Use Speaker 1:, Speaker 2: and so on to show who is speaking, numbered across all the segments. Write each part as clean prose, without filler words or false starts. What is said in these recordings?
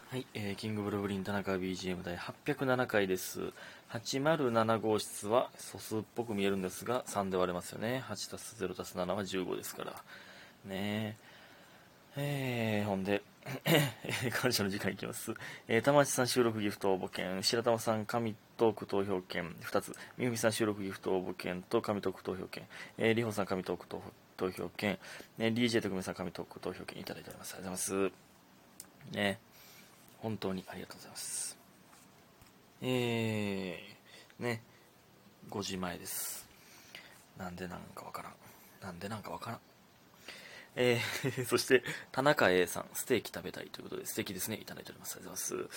Speaker 1: はい、キングブルーグリーン田中 BGM 第807回です。807号室は素数っぽく見えるんですが3で割れますよね。8たす0たす7は15ですからね。ほんで感謝の時間いきます。玉内さん収録ギフト応募券、白玉さん紙トーク投票券2つ、みゆみさん収録ギフト応募券と紙トーク投票券、りほさん紙トーク投票券、DJ 特命さん紙トーク投票券いただいております。ありがとうございます。ね。本当にありがとうございます。ね、5時前です。なんでなんかわからん。なんでなんかわからん。そして、田中 A さん、ステーキ食べたいということで、素敵ですね。いただいております。ありがとうございます。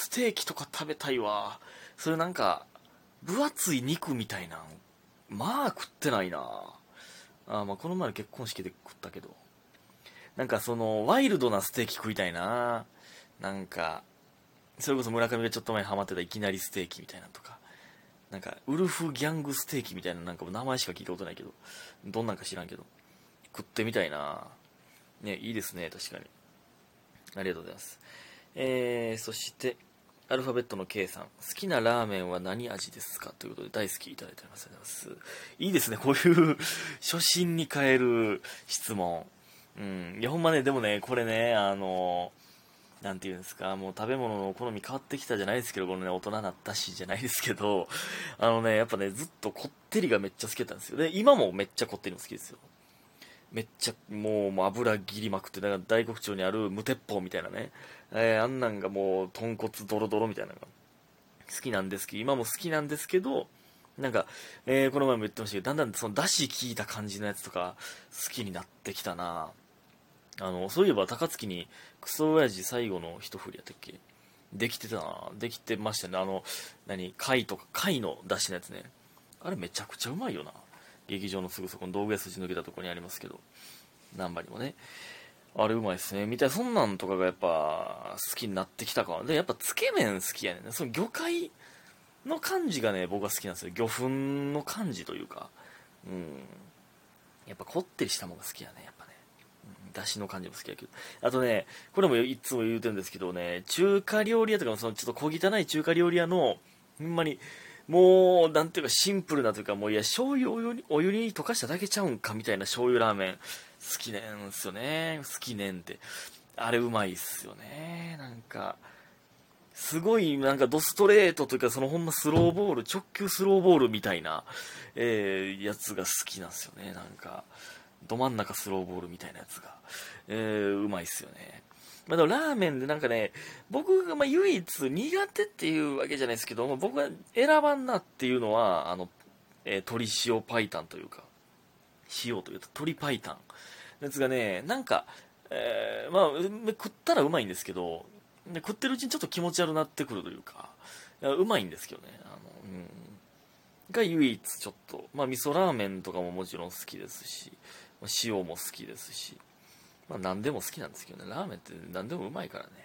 Speaker 1: ステーキとか食べたいわ。それなんか、分厚い肉みたいなまあ食ってないな。まあこの前の結婚式で食ったけど。なんかその、ワイルドなステーキ食いたいな。なんか、それこそ村上がちょっと前にハマってたいきなりステーキみたいなとか、なんかウルフギャングステーキみたいな、なんかもう名前しか聞いたことないけど、どんなんか知らんけど、食ってみたいな。ね、いいですね、確かに。ありがとうございます。そして、アルファベットの K さん、好きなラーメンは何味ですかということで大好きいただいております。ありがとうございます。いいですね、こういう初心に変える質問。うん。いや、ほんまね、でもね、これね、なんていうんですか、もう食べ物の好み変わってきたじゃないですけど、このね、大人になったしじゃないですけど、やっぱね、ずっとこってりがめっちゃ好きだったんですよ。で、今もめっちゃこってりも好きですよ。めっちゃ、もう油切りまくって、だから大黒町にある無鉄砲みたいなね、あんなんがもう豚骨ドロドロみたいなのが好きなんですけど、今も好きなんですけど、なんか、この前も言ってましたけど、だんだんその出汁効いた感じのやつとか好きになってきたな。そういえば高槻にクソ親父最後の一振りやったっけ、できてたな。できてましたね。貝とか、貝の出汁のやつね。あれめちゃくちゃうまいよな。劇場のすぐそこの道具屋筋抜けたところにありますけど。難波にもね。あれうまいっすね。みたいな、そんなんとかがやっぱ好きになってきたから。で、やっぱつけ麺好きやねんね。その魚介の感じがね、僕は好きなんですよ。魚粉の感じというか。うん。やっぱこってりしたものが好きやね。やっぱね。出汁の感じも好きやけど。あとね、これもいつも言うてるんですけどね、中華料理屋とかもそのちょっと小汚い中華料理屋の、ほんまに、もう、なんていうかシンプルなというか、もういや、醤油お湯に溶かしただけちゃうんかみたいな醤油ラーメン、好きなんすよね。好きねんって。あれうまいっすよね。なんか、すごいなんかドストレートというか、そのほんまスローボール、直球スローボールみたいな、やつが好きなんですよね。なんか、ど真ん中スローボールみたいなやつが、うまいっすよね。まあ、でもラーメンでなんかね、僕がまあ唯一苦手っていうわけじゃないですけど、僕が選ばんなっていうのは、鶏塩白湯というか、塩というと鶏白湯のやつがね、なんか、まあ、食ったらうまいんですけど、で食ってるうちにちょっと気持ち悪くなってくるというか、いやうまいんですけどね、が唯一ちょっと、まあ味噌ラーメンとかももちろん好きですし、まあ塩も好きですし、まあ何でも好きなんですけどね、ラーメンって何でもうまいからね。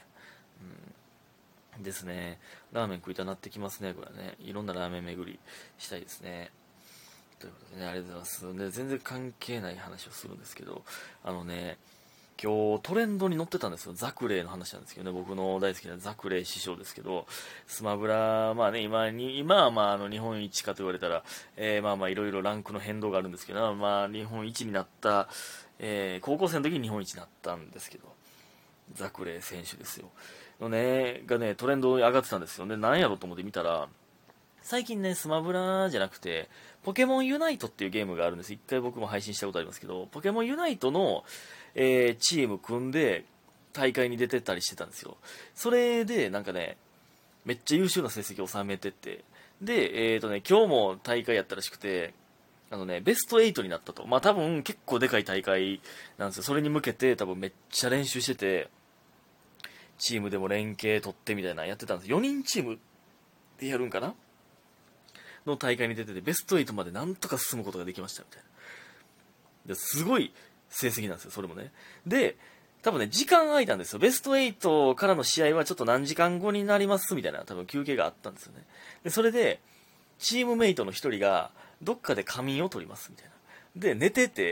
Speaker 1: ですね。ラーメン食いたなってきますね、これね。いろんなラーメン巡りしたいですね。ということでね、ありがとうございます。で、全然関係ない話をするんですけど、あのね、今日トレンドに載ってたんですよ。ザクレイの話なんですけどね、僕の大好きなザクレイ師匠ですけど、スマブラ、まあね、今はまあ日本一かと言われたら、まあまあいろいろランクの変動があるんですけど、まあ日本一になった、高校生の時に日本一になったんですけど、ザクレイ選手ですよ。のね、がね、トレンドに上がってたんですよね。なんやろと思って見たら、最近ね、スマブラじゃなくて、ポケモンユナイトっていうゲームがあるんです。一回僕も配信したことありますけど、ポケモンユナイトの、チーム組んで、大会に出てたりしてたんですよ。それで、なんかね、めっちゃ優秀な成績を収めてて、で、今日も大会やったらしくて、ベスト8になったと。まあ多分結構でかい大会なんですよ。それに向けて多分めっちゃ練習してて、チームでも連携取ってみたいなのやってたんです。4人チームでやるんかなの大会に出てて、ベスト8までなんとか進むことができましたみたいな。ですごい成績なんですよ、それもね。で、多分ね、時間空いたんですよ。ベスト8からの試合はちょっと何時間後になりますみたいな、多分休憩があったんですよね。で、それで、チームメイトの一人が、どっかで仮眠を取りますみたいな。で、寝てて、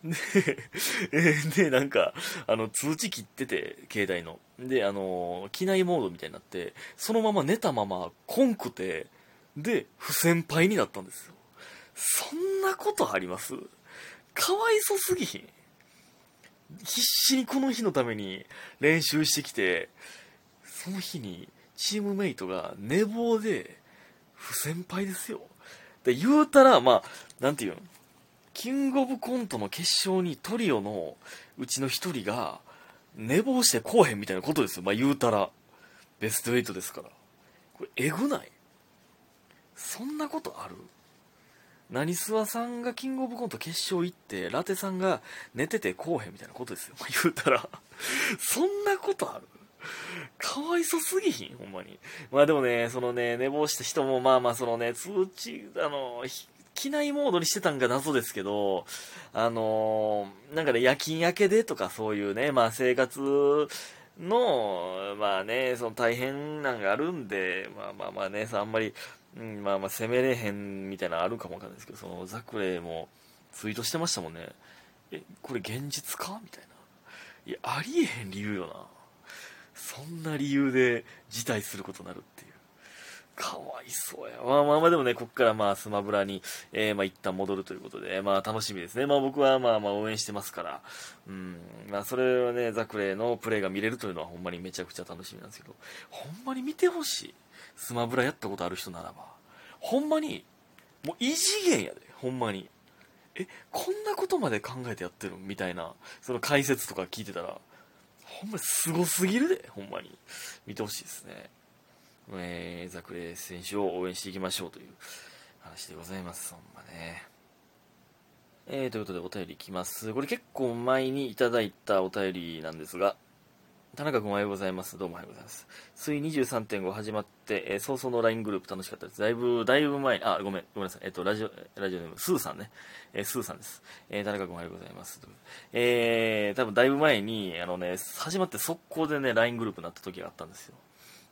Speaker 1: で、なんか、通知切ってて、携帯の。で、機内モードみたいになって、そのまま寝たまま、こんくて、で、不戦敗になったんですよ。そんなことあります？かわいそすぎひん？必死にこの日のために練習してきて、その日にチームメイトが寝坊で不戦敗ですよ。で、言うたら、まあ、なんていうん、キングオブコントの決勝にトリオのうちの一人が寝坊してこうへんみたいなことですよ。まあ言うたら。ベスト8ですから。これ、えぐない？そんなことある？何諏訪さんがキングオブコント決勝行って、ラテさんが寝ててこうへんみたいなことですよ。まあ言うたら。そんなことある？かわいそすぎひんほんまに。まあでもね、そのね、寝坊した人もまあまあそのね、通知、機内モードにしてたんが謎ですけど、なんかね、夜勤明けでとかそういうね、まあ生活の、まあね、その大変なんがあるんで、まあまあまあね、あんまり、うん、まあまあ攻めれへんみたいなのあるかもわかんないですけど、そのザクレイもツイートしてましたもんね。これ現実かみたいな。いや、ありえへん理由よな。そんな理由で辞退することになるっていう。かわいそうや。まあまあまあでもね、こっからまあスマブラに、まあ一旦戻るということで、まあ楽しみですね。まあ僕はまあまあ応援してますから、うん、まあそれはね、ザクレイのプレイが見れるというのはほんまにめちゃくちゃ楽しみなんですけど、ほんまに見てほしい。スマブラやったことある人ならば。ほんまに、もう異次元やで、ほんまに。こんなことまで考えてやってるみたいな、その解説とか聞いてたら、ほんまにすごすぎるで、ほんまに。見てほしいですね。ザクレイ選手を応援していきましょうという話でございます。ほんまね。ということでお便りいきます。これ結構前にいただいたお便りなんですが、田中君おはようございます。どうもおはようございます。水23.5始まって、早々の LINE グループ楽しかったです。だいぶ前に、ごめんなさい。ラジオネーム、スーさんね。スーさんです。田中君おはようございます。多分だいぶ前に、始まって速攻でね、LINE グループになった時があったんですよ。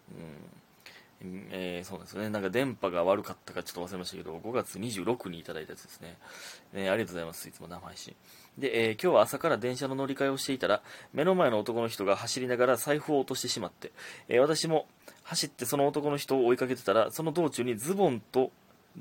Speaker 1: そうなんですよね。なんか電波が悪かったかちょっと忘れましたけど、5月26日にいただいたやつですね。ありがとうございます。いつも生配信。で、今日は朝から電車の乗り換えをしていたら、目の前の男の人が走りながら財布を落としてしまって、私も走ってその男の人を追いかけてたら、その道中にズボンと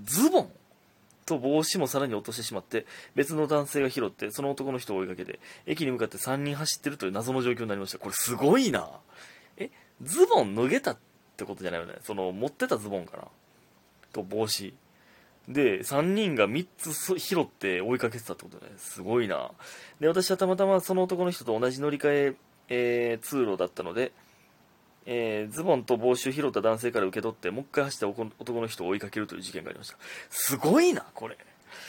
Speaker 1: 帽子もさらに落としてしまって、別の男性が拾って、その男の人を追いかけて、駅に向かって3人走ってるという謎の状況になりました。これすごいな。ズボン脱げたってことじゃないよね。その、持ってたズボンかなと帽子。で、3人が3つ拾って追いかけてたってことね。すごいな。で、私はたまたまその男の人と同じ乗り換通路だったので、ズボンと帽子を拾った男性から受け取って、もう一回走った男の人を追いかけるという事件がありました。すごいな、これ。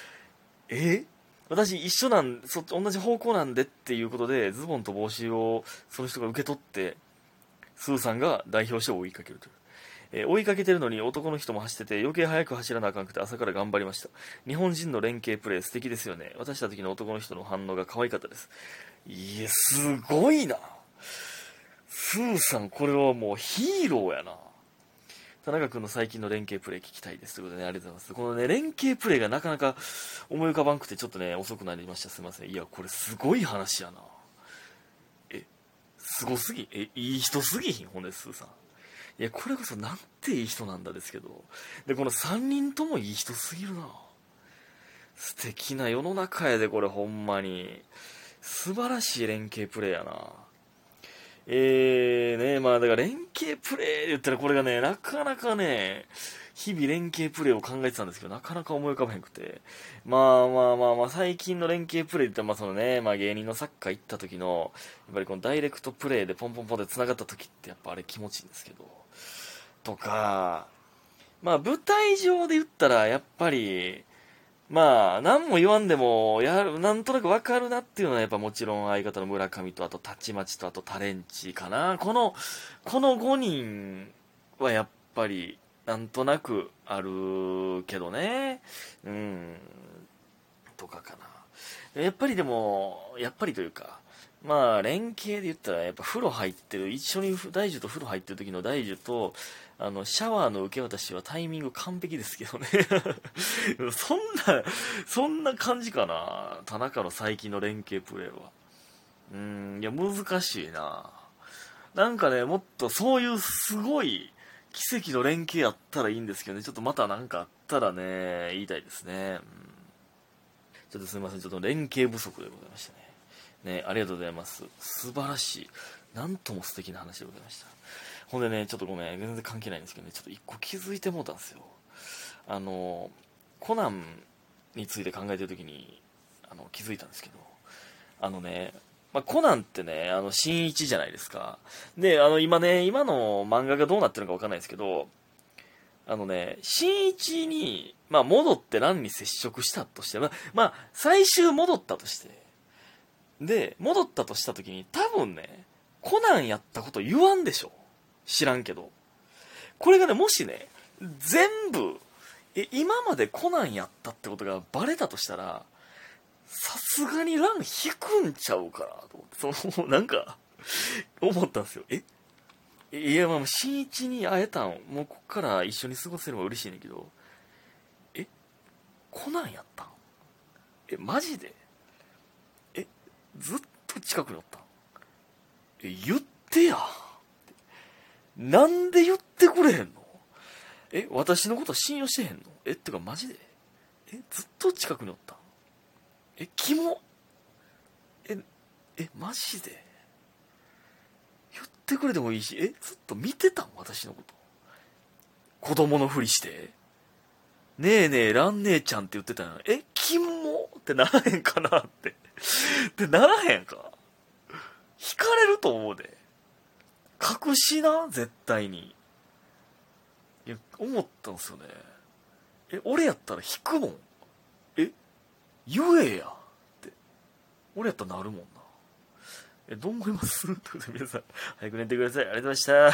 Speaker 1: 私一緒同じ方向なんでっていうことで、ズボンと帽子をその人が受け取って、スーさんが代表して追いかけるという。追いかけてるのに男の人も走ってて余計早く走らなあかんくて朝から頑張りました。日本人の連携プレー素敵ですよね。渡した時の男の人の反応が可愛かったです。いや、すごいな。スーさん、これはもうヒーローやな。田中君の最近の連携プレー聞きたいです。ということでね、ありがとうございます。このね、連携プレーがなかなか思い浮かばんくてちょっとね、遅くなりました。すいません。いや、これすごい話やな。すごすぎ、いい人すぎひんほんで、スーさん。いや、これこそなんていい人なんだですけど。で、この3人ともいい人すぎるな。素敵な世の中やで、これほんまに。素晴らしい連携プレーやな。まあだから連携プレーで言ったらこれがね、なかなかね、日々連携プレーを考えてたんですけど、なかなか思い浮かばへんくて。最近の連携プレーって言ったら、まあそのね、まあ芸人のサッカー行った時の、やっぱりこのダイレクトプレーでポンポンポンで繋がった時ってやっぱあれ気持ちいいんですけど。とか、まあ舞台上で言ったらやっぱり、まあ、何も言わんでも、なんとなくわかるなっていうのは、やっぱもちろん相方の村上と、あと、たちまちと、あと、タレンチかな。この5人はやっぱり、なんとなくあるけどね。うん、とかかな。やっぱりでも、やっぱりというか、 まあ連携で言ったらやっぱ風呂入ってる、一緒に大樹と風呂入ってる時の大樹とシャワーの受け渡しはタイミング完璧ですけどね。そんな感じかな、田中の最近の連携プレーは。いや難しいな。なんかね、もっとそういうすごい奇跡の連携あったらいいんですけどね、ちょっとまたなんかあったらね、言いたいですね。ちょっとすみません、ちょっと連携不足でございましたね。ね、ありがとうございます。素晴らしい。なんとも素敵な話でございました。ほんでね、ちょっとごめん、全然関係ないんですけどね、ちょっと一個気づいてもうたんですよ。コナンについて考えてるときに、気づいたんですけど、コナンってね、新一じゃないですか。で、今の漫画がどうなってるのかわかんないですけど、新一に、戻って乱に接触したとして、最終戻ったとして、で、戻ったとしたときに、多分ね、コナンやったこと言わんでしょ。知らんけど。これがね、もしね、全部、今までコナンやったってことがバレたとしたら、さすがに乱引くんちゃうかなと思って、なんか、思ったんですよ。いや、新一に会えたん、もうこっから一緒に過ごせれば嬉しいねんけど、え、コナンやったん？マジで？ずっと近くにおったん？言ってや。なんで言ってくれへんの？私のこと信用してへんの？ってかマジで？ずっと近くにおったん？キモ。マジで？言ってくれてもいいし、ずっと見てたん？私のこと。子供のふりして。ねえねえ、ラン姉ちゃんって言ってたのに、キモってならへんかなって。ってならへんか？惹かれると思うで。隠しな、絶対に。いや、思ったんすよね。俺やったら引くもん。え、言えや。って。俺やったらなるもんな。どう思います？ということで皆さん、早く寝てください。ありがとうございました。